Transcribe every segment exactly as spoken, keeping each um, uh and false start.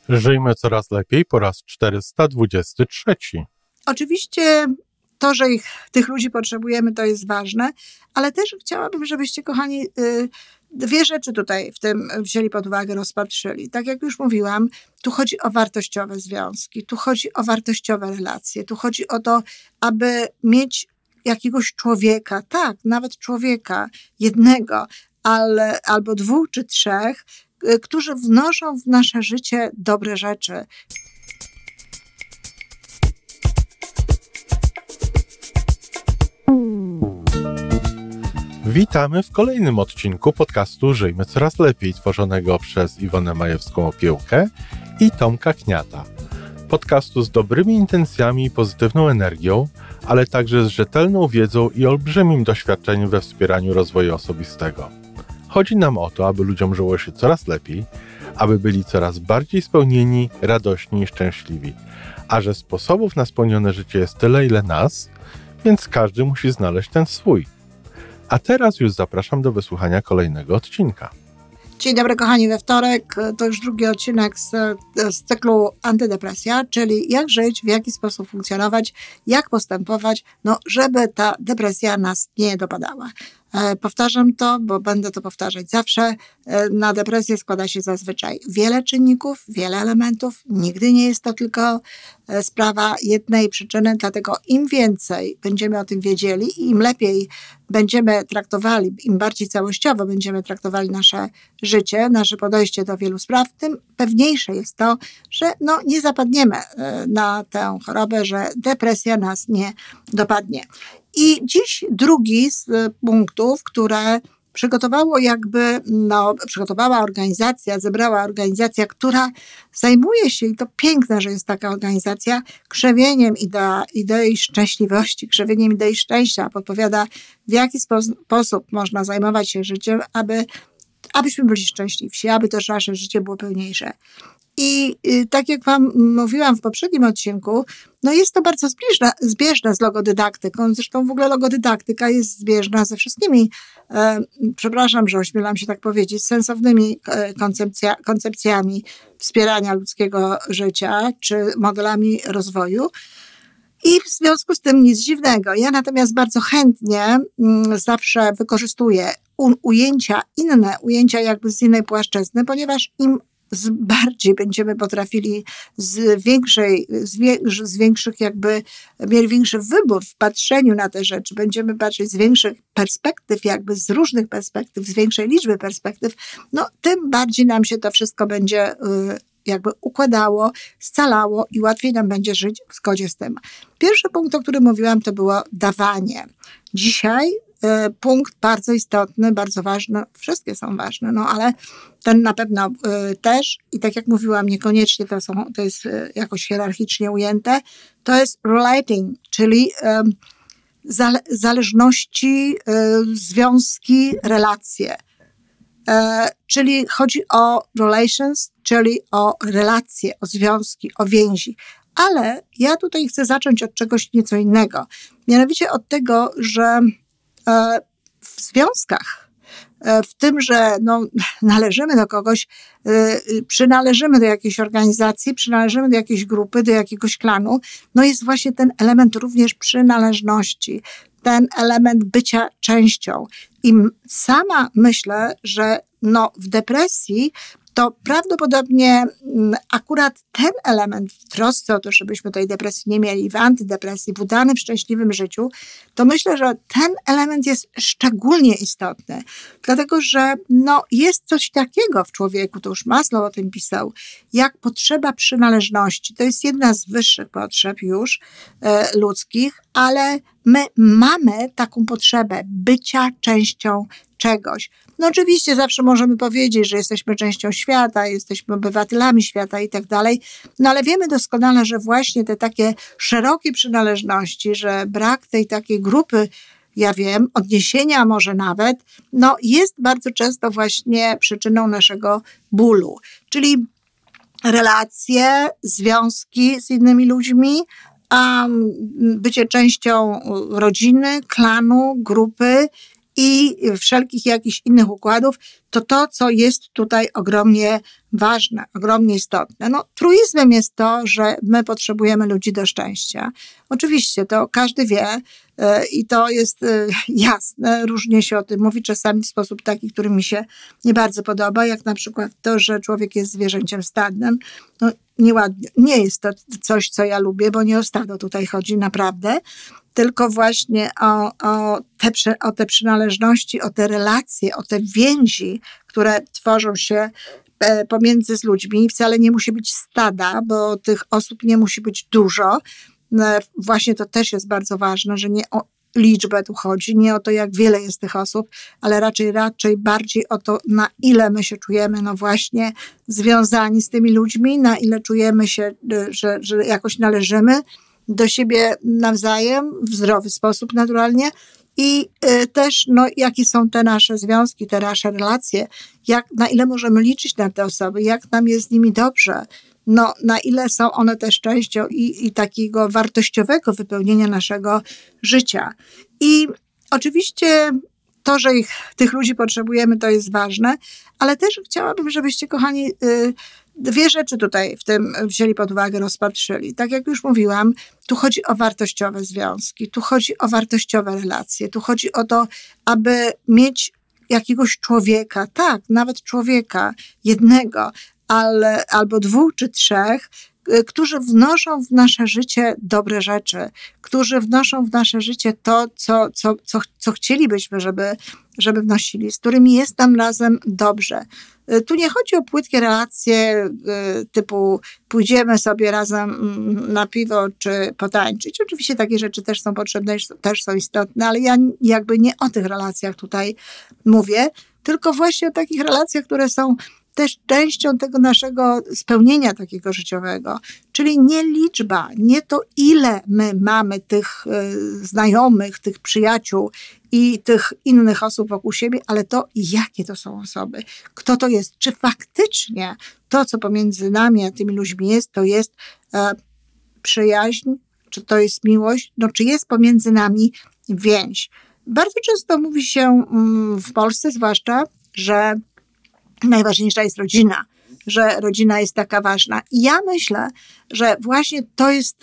Żyjmy coraz lepiej po raz czterysta dwudziesty trzeci. Oczywiście to, że ich, tych ludzi potrzebujemy, to jest ważne, ale też chciałabym, żebyście, kochani, dwie rzeczy tutaj w tym wzięli pod uwagę, rozpatrzyli. Tak jak już mówiłam, tu chodzi o wartościowe związki, tu chodzi o wartościowe relacje, tu chodzi o to, aby mieć jakiegoś człowieka, tak, nawet człowieka, jednego, ale, albo dwóch czy trzech, którzy wnoszą w nasze życie dobre rzeczy. Witamy w kolejnym odcinku podcastu Żyjmy Coraz Lepiej, tworzonego przez Iwonę Majewską-Opiełkę i Tomka Kniata. Podcastu z dobrymi intencjami i pozytywną energią, ale także z rzetelną wiedzą i olbrzymim doświadczeniem we wspieraniu rozwoju osobistego. Chodzi nam o to, aby ludziom żyło się coraz lepiej, aby byli coraz bardziej spełnieni, radośni i szczęśliwi. A że sposobów na spełnione życie jest tyle, ile nas, więc każdy musi znaleźć ten swój. A teraz już zapraszam do wysłuchania kolejnego odcinka. Dzień dobry, kochani, we wtorek to już drugi odcinek z, z cyklu Antydepresja, czyli jak żyć, w jaki sposób funkcjonować, jak postępować, no żeby ta depresja nas nie dopadała. E, powtarzam to, bo będę to powtarzać zawsze. E, na depresję składa się zazwyczaj wiele czynników, wiele elementów. Nigdy nie jest to tylko e, sprawa jednej przyczyny, dlatego im więcej będziemy o tym wiedzieli i im lepiej będziemy traktowali, im bardziej całościowo będziemy traktowali nasze życie, nasze podejście do wielu spraw, tym pewniejsze jest to, że no, nie zapadniemy e, na tę chorobę, że depresja nas nie dopadnie. I dziś drugi z punktów, które przygotowało jakby, no, przygotowała organizacja, zebrała organizacja, która zajmuje się, i to piękne, że jest taka organizacja, krzewieniem idea, idei szczęśliwości, krzewieniem idei szczęścia, podpowiada, w jaki spo- sposób można zajmować się życiem, aby, abyśmy byli szczęśliwsi, aby też nasze życie było pełniejsze. I y, tak jak wam mówiłam w poprzednim odcinku, no jest to bardzo zbieżne, zbieżne z logodydaktyką. Zresztą w ogóle logodydaktyka jest zbieżna ze wszystkimi, e, przepraszam, że ośmielam się tak powiedzieć, sensownymi e, koncepcja, koncepcjami wspierania ludzkiego życia czy modelami rozwoju. I w związku z tym nic dziwnego. Ja natomiast bardzo chętnie mm, zawsze wykorzystuję u, ujęcia inne, ujęcia jakby z innej płaszczyzny, ponieważ im z bardziej będziemy potrafili z większej, z, wie, z większych jakby, mieli większy wybór w patrzeniu na te rzeczy, będziemy patrzeć z większych perspektyw, jakby z różnych perspektyw, z większej liczby perspektyw, no tym bardziej nam się to wszystko będzie y, jakby układało, scalało i łatwiej nam będzie żyć w zgodzie z tym. Pierwszy punkt, o którym mówiłam, to było dawanie. Dzisiaj punkt bardzo istotny, bardzo ważny, wszystkie są ważne, no ale ten na pewno y, też i tak jak mówiłam, niekoniecznie to, są, to jest y, jakoś hierarchicznie ujęte, to jest relating, czyli y, zale, zależności, y, związki, relacje. Y, czyli chodzi o relations, czyli o relacje, o związki, o więzi. Ale ja tutaj chcę zacząć od czegoś nieco innego. Mianowicie od tego, że w związkach, w tym, że no, należymy do kogoś, przynależymy do jakiejś organizacji, przynależymy do jakiejś grupy, do jakiegoś klanu, no jest właśnie ten element również przynależności, ten element bycia częścią. I sama myślę, że no, w depresji to prawdopodobnie akurat ten element w trosce o to, żebyśmy tej depresji nie mieli, w antydepresji, w udanym, szczęśliwym życiu, to myślę, że ten element jest szczególnie istotny, dlatego że no, jest coś takiego w człowieku, to już Maslow o tym pisał, jak potrzeba przynależności. To jest jedna z wyższych potrzeb już e, ludzkich, ale my mamy taką potrzebę bycia częścią czegoś. No oczywiście zawsze możemy powiedzieć, że jesteśmy częścią świata, jesteśmy obywatelami świata i tak dalej, no ale wiemy doskonale, że właśnie te takie szerokie przynależności, że brak tej takiej grupy, ja wiem, odniesienia może nawet, no jest bardzo często właśnie przyczyną naszego bólu. Czyli relacje, związki z innymi ludźmi, a bycie częścią rodziny, klanu, grupy i wszelkich jakichś innych układów, to to, co jest tutaj ogromnie ważne, ogromnie istotne. No, truizmem jest to, że my potrzebujemy ludzi do szczęścia. Oczywiście, to każdy wie yy, i to jest yy, jasne, różnie się o tym mówi, czasami w sposób taki, który mi się nie bardzo podoba, jak na przykład to, że człowiek jest zwierzęciem stadnym. No, nieładnie. Nie jest to coś, co ja lubię, bo nie o stado tutaj chodzi naprawdę, tylko właśnie o, o, te, o te przynależności, o te relacje, o te więzi, które tworzą się pomiędzy z ludźmi. Wcale nie musi być stada, bo tych osób nie musi być dużo. Właśnie to też jest bardzo ważne, że nie o liczbę tu chodzi, nie o to, jak wiele jest tych osób, ale raczej, raczej bardziej o to, na ile my się czujemy, no właśnie, związani z tymi ludźmi, na ile czujemy się, że, że jakoś należymy do siebie nawzajem, w zdrowy sposób naturalnie i y, też, no, jakie są te nasze związki, te nasze relacje, jak, na ile możemy liczyć na te osoby, jak nam jest z nimi dobrze, no, na ile są one też częścią i, i takiego wartościowego wypełnienia naszego życia. I oczywiście to, że ich, tych ludzi potrzebujemy, to jest ważne, ale też chciałabym, żebyście, kochani, y, dwie rzeczy tutaj w tym wzięli pod uwagę, rozpatrzyli. Tak jak już mówiłam, tu chodzi o wartościowe związki, tu chodzi o wartościowe relacje, tu chodzi o to, aby mieć jakiegoś człowieka, tak, nawet człowieka, jednego, ale, albo dwóch czy trzech, którzy wnoszą w nasze życie dobre rzeczy, którzy wnoszą w nasze życie to, co, co, co, co chcielibyśmy, żeby, żeby wnosili, z którymi jest nam razem dobrze. Tu nie chodzi o płytkie relacje typu pójdziemy sobie razem na piwo czy potańczyć. Oczywiście takie rzeczy też są potrzebne, też są istotne, ale ja jakby nie o tych relacjach tutaj mówię, tylko właśnie o takich relacjach, które są też częścią tego naszego spełnienia takiego życiowego, czyli nie liczba, nie to ile my mamy tych y, znajomych, tych przyjaciół i tych innych osób wokół siebie, ale to jakie to są osoby, kto to jest, czy faktycznie to, co pomiędzy nami a tymi ludźmi jest, to jest e, przyjaźń, czy to jest miłość, no czy jest pomiędzy nami więź. Bardzo często mówi się mm, w Polsce zwłaszcza, że najważniejsza jest rodzina, że rodzina jest taka ważna. I ja myślę, że właśnie to jest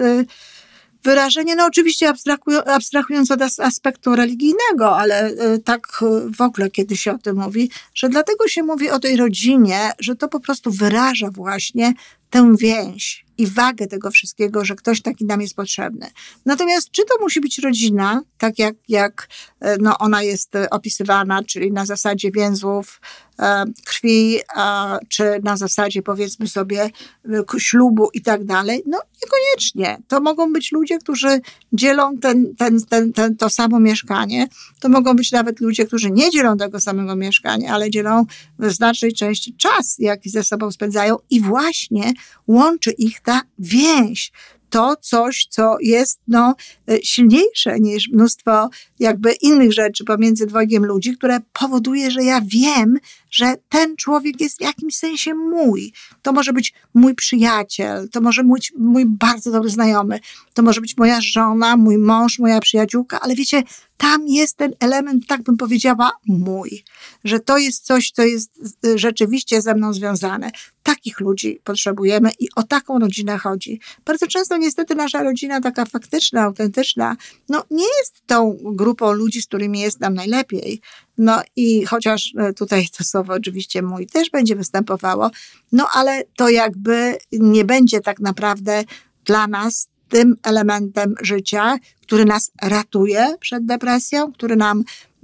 wyrażenie, no oczywiście abstrahując od aspektu religijnego, ale tak w ogóle kiedy się o tym mówi, że dlatego się mówi o tej rodzinie, że to po prostu wyraża właśnie tę więź i wagę tego wszystkiego, że ktoś taki nam jest potrzebny. Natomiast czy to musi być rodzina, tak jak, jak no ona jest opisywana, czyli na zasadzie więzłów e, krwi, a, czy na zasadzie powiedzmy sobie ślubu i tak dalej, no niekoniecznie. To mogą być ludzie, którzy dzielą ten, ten, ten, ten, to samo mieszkanie. To mogą być nawet ludzie, którzy nie dzielą tego samego mieszkania, ale dzielą w znacznej części czas, jaki ze sobą spędzają i właśnie łączy ich ta więź. To coś, co jest no, silniejsze niż mnóstwo jakby innych rzeczy pomiędzy dwojgiem ludzi, które powoduje, że ja wiem, że ten człowiek jest w jakimś sensie mój. To może być mój przyjaciel, to może być mój bardzo dobry znajomy, to może być moja żona, mój mąż, moja przyjaciółka, ale wiecie, tam jest ten element, tak bym powiedziała, mój. Że to jest coś, co jest rzeczywiście ze mną związane. Takich ludzi potrzebujemy i o taką rodzinę chodzi. Bardzo często niestety nasza rodzina taka faktyczna, autentyczna, no nie jest tą grupą ludzi, z którymi jest nam najlepiej. No i chociaż tutaj to słowo oczywiście mój też będzie występowało, no ale to jakby nie będzie tak naprawdę dla nas tym elementem życia, który nas ratuje przed depresją, który nam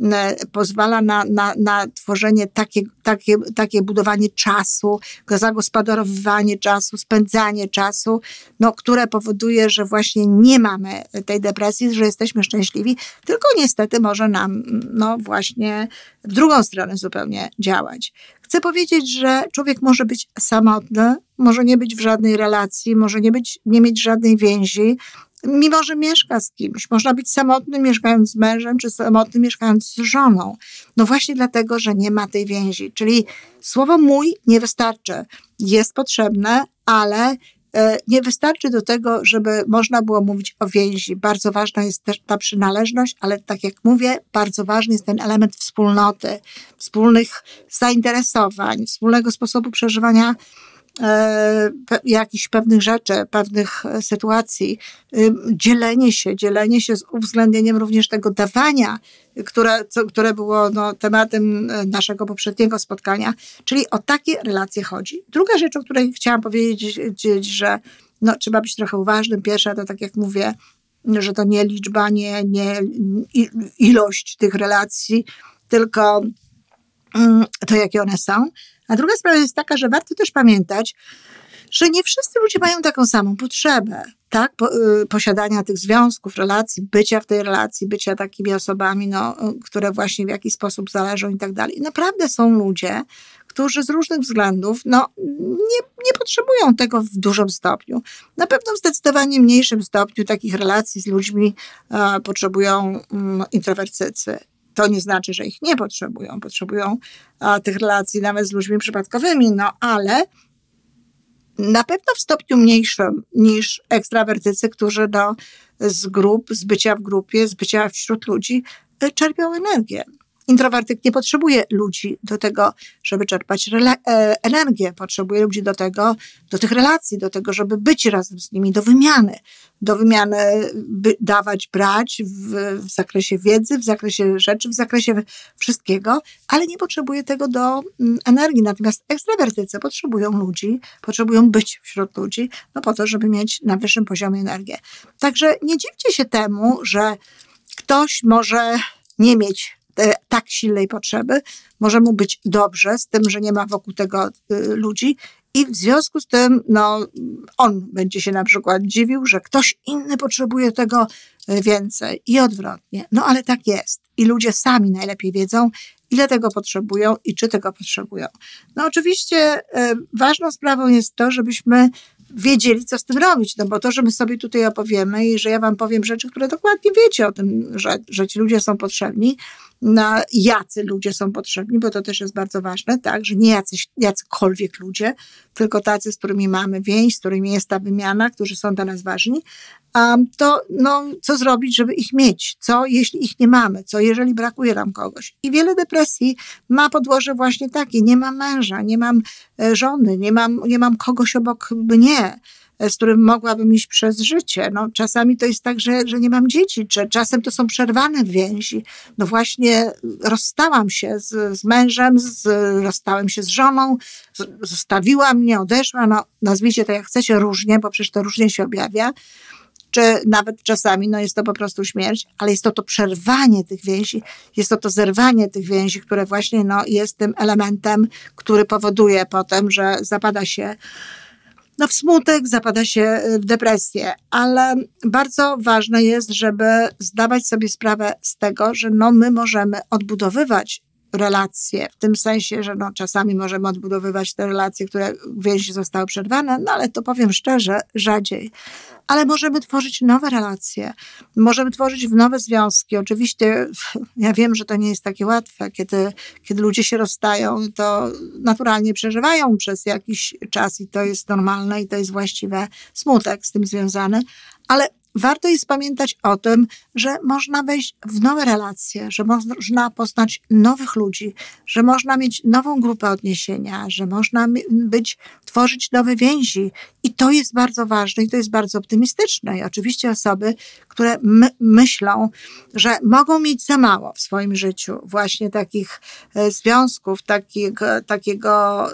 pozwala na, na, na tworzenie takie, takie, takie budowanie czasu, zagospodarowywanie czasu, spędzanie czasu, no, które powoduje, że właśnie nie mamy tej depresji, że jesteśmy szczęśliwi, tylko niestety może nam no właśnie w drugą stronę zupełnie działać. Chcę powiedzieć, że człowiek może być samotny, może nie być w żadnej relacji, może nie być, nie mieć żadnej więzi, mimo że mieszka z kimś. Można być samotnym mieszkając z mężem, czy samotnym mieszkając z żoną. No właśnie dlatego, że nie ma tej więzi. Czyli słowo mój nie wystarczy. Jest potrzebne, ale nie wystarczy do tego, żeby można było mówić o więzi. Bardzo ważna jest też ta przynależność, ale tak jak mówię, bardzo ważny jest ten element wspólnoty, wspólnych zainteresowań, wspólnego sposobu przeżywania e, pe, jakichś pewnych rzeczy, pewnych sytuacji. E, dzielenie się, dzielenie się z uwzględnieniem również tego dawania, które, co, które było no, tematem naszego poprzedniego spotkania, czyli o takie relacje chodzi. Druga rzecz, o której chciałam powiedzieć, że no, trzeba być trochę uważnym. Pierwsza to, tak jak mówię, że to nie liczba, nie, nie ilość tych relacji, tylko to, jakie one są. A druga sprawa jest taka, że warto też pamiętać, że nie wszyscy ludzie mają taką samą potrzebę, tak? Po, y, posiadania tych związków, relacji, bycia w tej relacji, bycia takimi osobami, no, które właśnie w jakiś sposób zależą i tak dalej. Naprawdę są ludzie, którzy z różnych względów no, nie, nie potrzebują tego w dużym stopniu. Na pewno w zdecydowanie mniejszym stopniu takich relacji z ludźmi e, potrzebują mm, introwersycy. To nie znaczy, że ich nie potrzebują. Potrzebują a, tych relacji nawet z ludźmi przypadkowymi, no ale na pewno w stopniu mniejszym niż ekstrawertycy, którzy no, z grup, z bycia w grupie, z bycia wśród ludzi czerpią energię. Introwertyk nie potrzebuje ludzi do tego, żeby czerpać rela- e, energię. Potrzebuje ludzi do tego, do tych relacji, do tego, żeby być razem z nimi, do wymiany. Do wymiany by, dawać, brać w, w zakresie wiedzy, w zakresie rzeczy, w zakresie wszystkiego, ale nie potrzebuje tego do mm, energii. Natomiast ekstrawertycy potrzebują ludzi, potrzebują być wśród ludzi, no po to, żeby mieć na wyższym poziomie energię. Także nie dziwcie się temu, że ktoś może nie mieć tak silnej potrzeby, może mu być dobrze z tym, że nie ma wokół tego y, ludzi i w związku z tym no, on będzie się na przykład dziwił, że ktoś inny potrzebuje tego więcej i odwrotnie. No ale tak jest i ludzie sami najlepiej wiedzą, ile tego potrzebują i czy tego potrzebują. No oczywiście y, ważną sprawą jest to, żebyśmy wiedzieli, co z tym robić, no bo to, że my sobie tutaj opowiemy i że ja wam powiem rzeczy, które dokładnie wiecie o tym, że, że ci ludzie są potrzebni, na jacy ludzie są potrzebni, bo to też jest bardzo ważne, tak, że nie jacyś, jacykolwiek ludzie, tylko tacy, z którymi mamy więź, z którymi jest ta wymiana, którzy są dla nas ważni, um, to no, co zrobić, żeby ich mieć? Co, jeśli ich nie mamy? Co, jeżeli brakuje nam kogoś? I wiele depresji ma podłoże właśnie takie, nie mam męża, nie mam e, żony, nie mam, nie mam kogoś obok mnie, z którym mogłabym iść przez życie. No, czasami to jest tak, że, że nie mam dzieci, czy czasem to są przerwane więzi. No właśnie rozstałam się z, z mężem, z, rozstałem się z żoną, z, zostawiła mnie, odeszła, no nazwijcie to jak chcecie różnie, bo przecież to różnie się objawia, czy nawet czasami no jest to po prostu śmierć, ale jest to to przerwanie tych więzi, jest to to zerwanie tych więzi, które właśnie no, jest tym elementem, który powoduje potem, że zapada się no w smutek, zapada się w depresję, ale bardzo ważne jest, żeby zdawać sobie sprawę z tego, że no my możemy odbudowywać relacje, w tym sensie, że no czasami możemy odbudowywać te relacje, które więzi zostały przerwane, no ale to powiem szczerze, rzadziej. Ale możemy tworzyć nowe relacje, możemy tworzyć nowe związki. Oczywiście ja wiem, że to nie jest takie łatwe, kiedy, kiedy ludzie się rozstają, to naturalnie przeżywają przez jakiś czas i to jest normalne i to jest właściwe, smutek z tym związany, ale warto jest pamiętać o tym, że można wejść w nowe relacje, że można poznać nowych ludzi, że można mieć nową grupę odniesienia, że można być, tworzyć nowe więzi. I to jest bardzo ważne i to jest bardzo optymistyczne. I oczywiście osoby, które my, myślą, że mogą mieć za mało w swoim życiu właśnie takich e, związków, takiego, takiego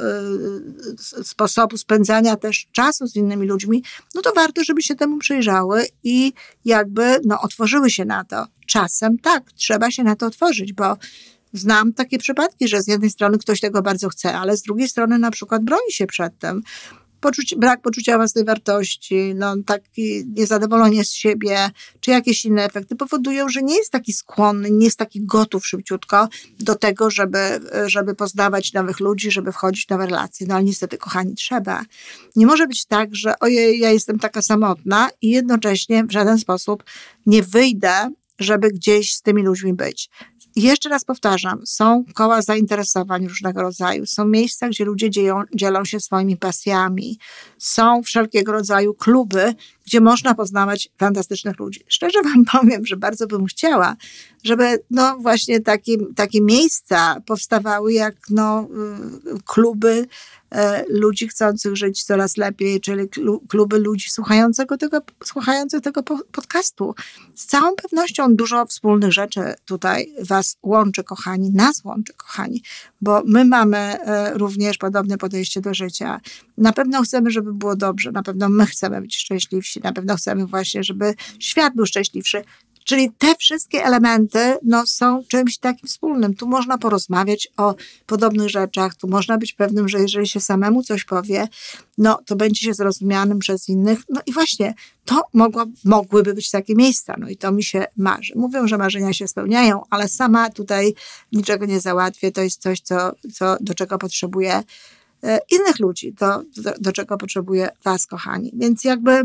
e, sposobu spędzania też czasu z innymi ludźmi, no to warto, żeby się temu przyjrzały i jakby no, otworzyły się na to. Czasem tak, trzeba się na to otworzyć, bo znam takie przypadki, że z jednej strony ktoś tego bardzo chce, ale z drugiej strony na przykład broni się przed tym. Poczucie, brak poczucia własnej wartości, no, takie niezadowolenie z siebie, czy jakieś inne efekty powodują, że nie jest taki skłonny, nie jest taki gotów szybciutko do tego, żeby, żeby poznawać nowych ludzi, żeby wchodzić w nowe relacje. No ale niestety, kochani, trzeba. Nie może być tak, że ojej, ja jestem taka samotna i jednocześnie w żaden sposób nie wyjdę, żeby gdzieś z tymi ludźmi być. jeszcze raz powtarzam, są koła zainteresowań różnego rodzaju, są miejsca, gdzie ludzie dzieją, dzielą się swoimi pasjami, są wszelkiego rodzaju kluby, gdzie można poznawać fantastycznych ludzi. Szczerze wam powiem, że bardzo bym chciała, żeby no właśnie takie, takie miejsca powstawały jak no, kluby ludzi chcących żyć coraz lepiej, czyli kluby ludzi słuchającego tego, słuchających tego podcastu. Z całą pewnością dużo wspólnych rzeczy tutaj was łączy, kochani, nas łączy, kochani, bo my mamy również podobne podejście do życia. Na pewno chcemy, żeby było dobrze, na pewno my chcemy być szczęśliwsi, na pewno chcemy właśnie, żeby świat był szczęśliwszy. Czyli te wszystkie elementy no, są czymś takim wspólnym. Tu można porozmawiać o podobnych rzeczach, tu można być pewnym, że jeżeli się samemu coś powie, no to będzie się zrozumianym przez innych. No i właśnie to mogło, mogłyby być takie miejsca. No i to mi się marzy. Mówią, że marzenia się spełniają, ale sama tutaj niczego nie załatwię. To jest coś, co, co, do czego potrzebuję innych ludzi, do, do, do czego potrzebuję was, kochani. Więc jakby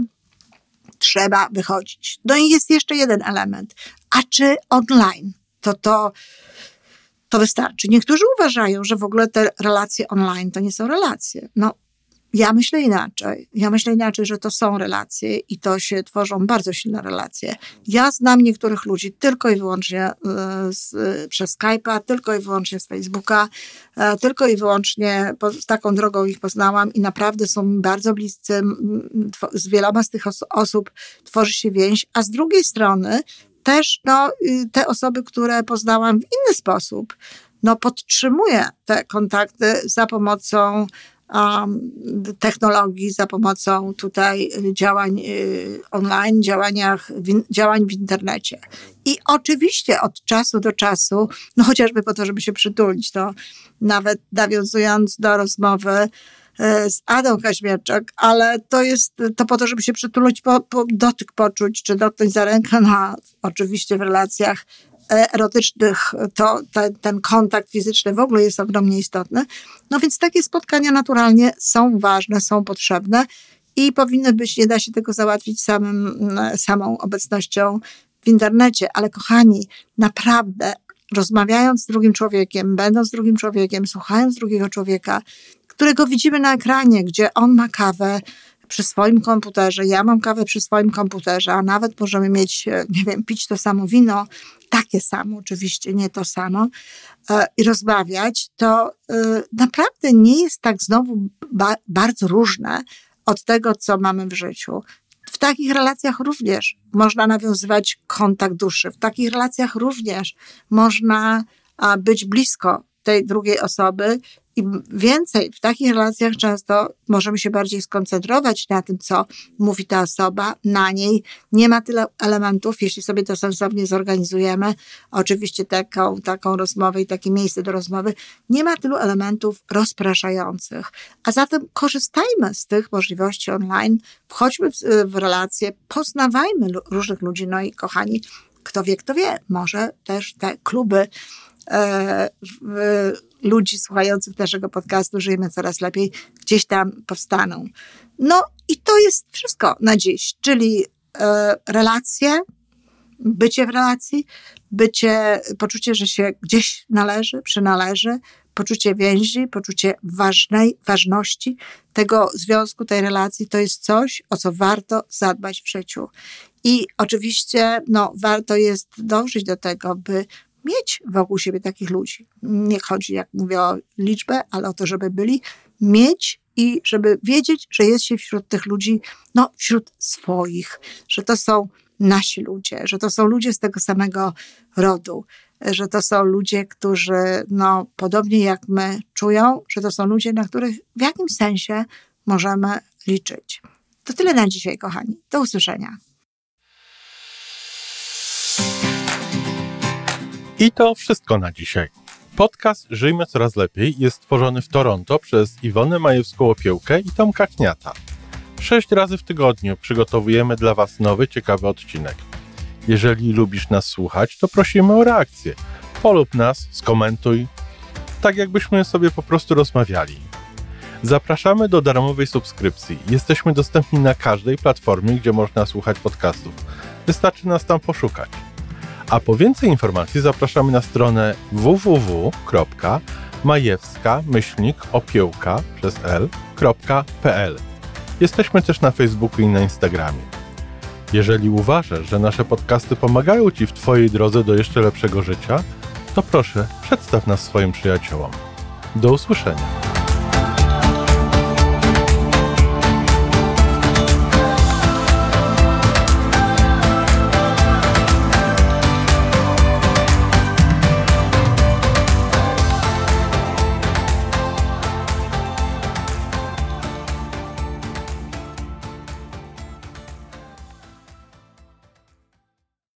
trzeba wychodzić. No i jest jeszcze jeden element. A czy online? To to, to wystarczy. Niektórzy uważają, że w ogóle te relacje online to nie są relacje. No, ja myślę inaczej. Ja myślę inaczej, że to są relacje i to się tworzą bardzo silne relacje. Ja znam niektórych ludzi tylko i wyłącznie z, przez Skype'a, tylko i wyłącznie z Facebooka, tylko i wyłącznie po, z taką drogą ich poznałam i naprawdę są mi bardzo bliscy. Z wieloma z tych os- osób tworzy się więź, a z drugiej strony też no, te osoby, które poznałam w inny sposób, no podtrzymuję te kontakty za pomocą Um, technologii, za pomocą tutaj działań y, online, działaniach, w, działań w internecie. I oczywiście od czasu do czasu, no chociażby po to, żeby się przytulić, to nawet nawiązując do rozmowy y, z Adą Kaźmierczak, ale to jest to po to, żeby się przytulić, po, po dotyk poczuć, czy dotknąć za rękę, no oczywiście w relacjach erotycznych to ten, ten kontakt fizyczny w ogóle jest ogromnie istotny. No więc takie spotkania naturalnie są ważne, są potrzebne i powinny być, nie da się tego załatwić samym, samą obecnością w internecie. Ale kochani, naprawdę rozmawiając z drugim człowiekiem, będąc z drugim człowiekiem, słuchając drugiego człowieka, którego widzimy na ekranie, gdzie on ma kawę przy swoim komputerze, ja mam kawę przy swoim komputerze, a nawet możemy mieć, nie wiem, pić to samo wino, takie samo oczywiście, nie to samo, e, i rozmawiać, to e, naprawdę nie jest tak znowu ba- bardzo różne od tego, co mamy w życiu. W takich relacjach również można nawiązywać kontakt duszy, w takich relacjach również można a, być blisko tej drugiej osoby. I więcej, w takich relacjach często możemy się bardziej skoncentrować na tym, co mówi ta osoba, na niej. Nie ma tyle elementów, jeśli sobie to sensownie zorganizujemy, oczywiście taką, taką rozmowę i takie miejsce do rozmowy, nie ma tylu elementów rozpraszających. A zatem korzystajmy z tych możliwości online, wchodźmy w, w relacje, poznawajmy różnych ludzi, no i kochani, kto wie, kto wie, może też te kluby e, w, ludzi słuchających naszego podcastu Żyjmy Coraz Lepiej gdzieś tam powstaną. No i to jest wszystko na dziś, czyli e, relacje, bycie w relacji, bycie, poczucie, że się gdzieś należy, przynależy, poczucie więzi, poczucie ważnej, ważności tego związku, tej relacji, to jest coś, o co warto zadbać w życiu. I oczywiście no, warto jest dążyć do tego, by mieć wokół siebie takich ludzi. Nie chodzi, jak mówię, o liczbę, ale o to, żeby byli, mieć i żeby wiedzieć, że jest się wśród tych ludzi, no wśród swoich, że to są nasi ludzie, że to są ludzie z tego samego rodu, że to są ludzie, którzy no podobnie jak my czują, że to są ludzie, na których w jakimś sensie możemy liczyć. To tyle na dzisiaj, kochani. Do usłyszenia. I to wszystko na dzisiaj. Podcast Żyjmy Coraz Lepiej jest stworzony w Toronto przez Iwonę Majewską-Opiełkę i Tomka Kniata. Sześć razy w tygodniu przygotowujemy dla Was nowy, ciekawy odcinek. Jeżeli lubisz nas słuchać, to prosimy o reakcję. Polub nas, skomentuj, tak jakbyśmy sobie po prostu rozmawiali. Zapraszamy do darmowej subskrypcji. Jesteśmy dostępni na każdej platformie, gdzie można słuchać podcastów. Wystarczy nas tam poszukać. A po więcej informacji zapraszamy na stronę w w w kropka majewska myślnik opiełka przez l kropka p l. Jesteśmy też na Facebooku i na Instagramie. Jeżeli uważasz, że nasze podcasty pomagają Ci w Twojej drodze do jeszcze lepszego życia, to proszę, przedstaw nas swoim przyjaciołom. Do usłyszenia.